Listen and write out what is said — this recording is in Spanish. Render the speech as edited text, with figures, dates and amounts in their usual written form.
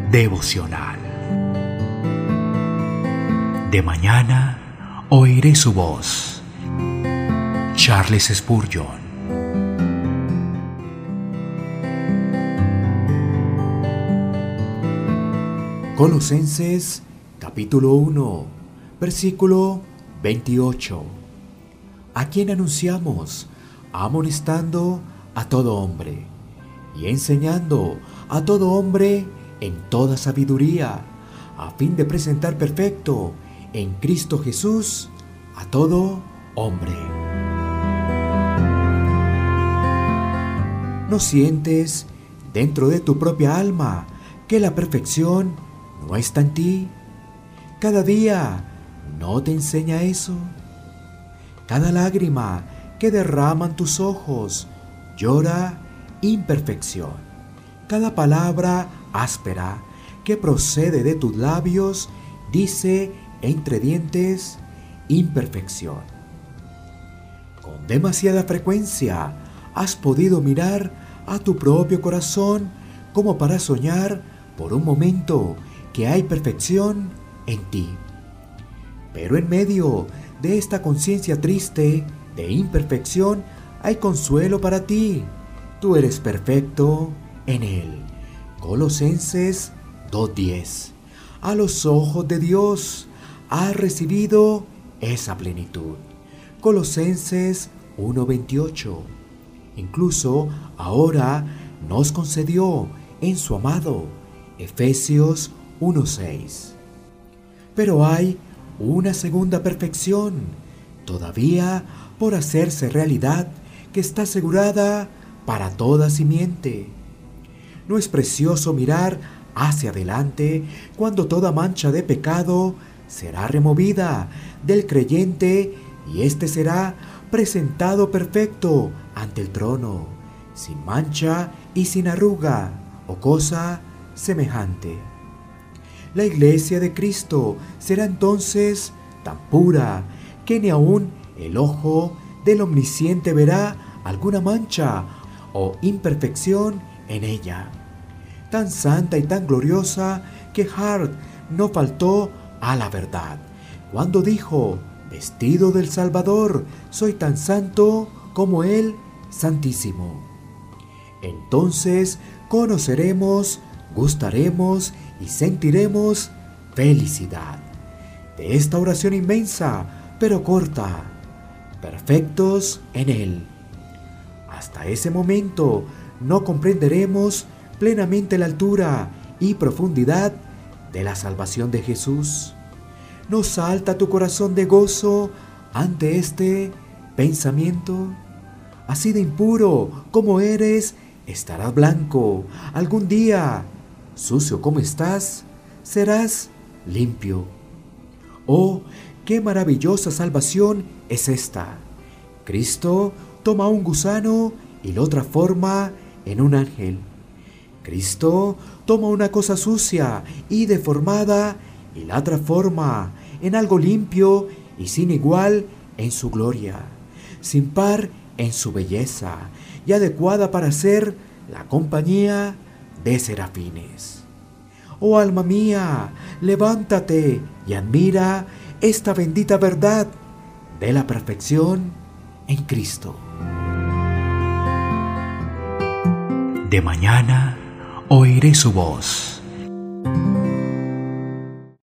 Devocional. De mañana oiré su voz. Charles Spurgeon. Colosenses capítulo 1, versículo 28. A quien anunciamos, amonestando a todo hombre y enseñando a todo hombre en toda sabiduría, a fin de presentar perfecto en Cristo Jesús a todo hombre. ¿No sientes dentro de tu propia alma que la perfección no está en ti? Cada día no te enseña eso. Cada lágrima que derraman tus ojos llora imperfección. Cada palabra áspera que procede de tus labios dice entre dientes imperfección. Con demasiada frecuencia has podido mirar a tu propio corazón como para soñar por un momento que hay perfección en ti. Pero en medio de esta conciencia triste de imperfección hay consuelo para ti. Tú eres perfecto en Él. Colosenses 2:10. A los ojos de Dios has recibido esa plenitud. Colosenses 1:28. Incluso ahora nos concedió en su amado. Efesios 1:6. Pero hay una segunda perfección, todavía por hacerse realidad, que está asegurada para toda simiente. ¿No es precioso mirar hacia adelante cuando toda mancha de pecado será removida del creyente y éste será presentado perfecto ante el trono, sin mancha y sin arruga o cosa semejante? La iglesia de Cristo será entonces tan pura que ni aun el ojo del omnisciente verá alguna mancha o imperfección en ella. Tan santa y tan gloriosa que Hart no faltó a la verdad cuando dijo: vestido del Salvador, soy tan santo como Él santísimo. Entonces conoceremos, gustaremos y sentiremos felicidad. De esta oración inmensa, pero corta, perfectos en Él. Hasta ese momento no comprenderemos plenamente la altura y profundidad de la salvación de Jesús. ¿No salta tu corazón de gozo ante este pensamiento? Así de impuro como eres, estarás blanco. Algún día, sucio como estás, serás limpio. ¡Oh, qué maravillosa salvación es esta! Cristo toma un gusano y lo transforma en un ángel. Cristo toma una cosa sucia y deformada y la transforma en algo limpio y sin igual en su gloria, sin par en su belleza y adecuada para ser la compañía de serafines. Oh alma mía, levántate y admira esta bendita verdad de la perfección en Cristo. De mañana oiré su voz.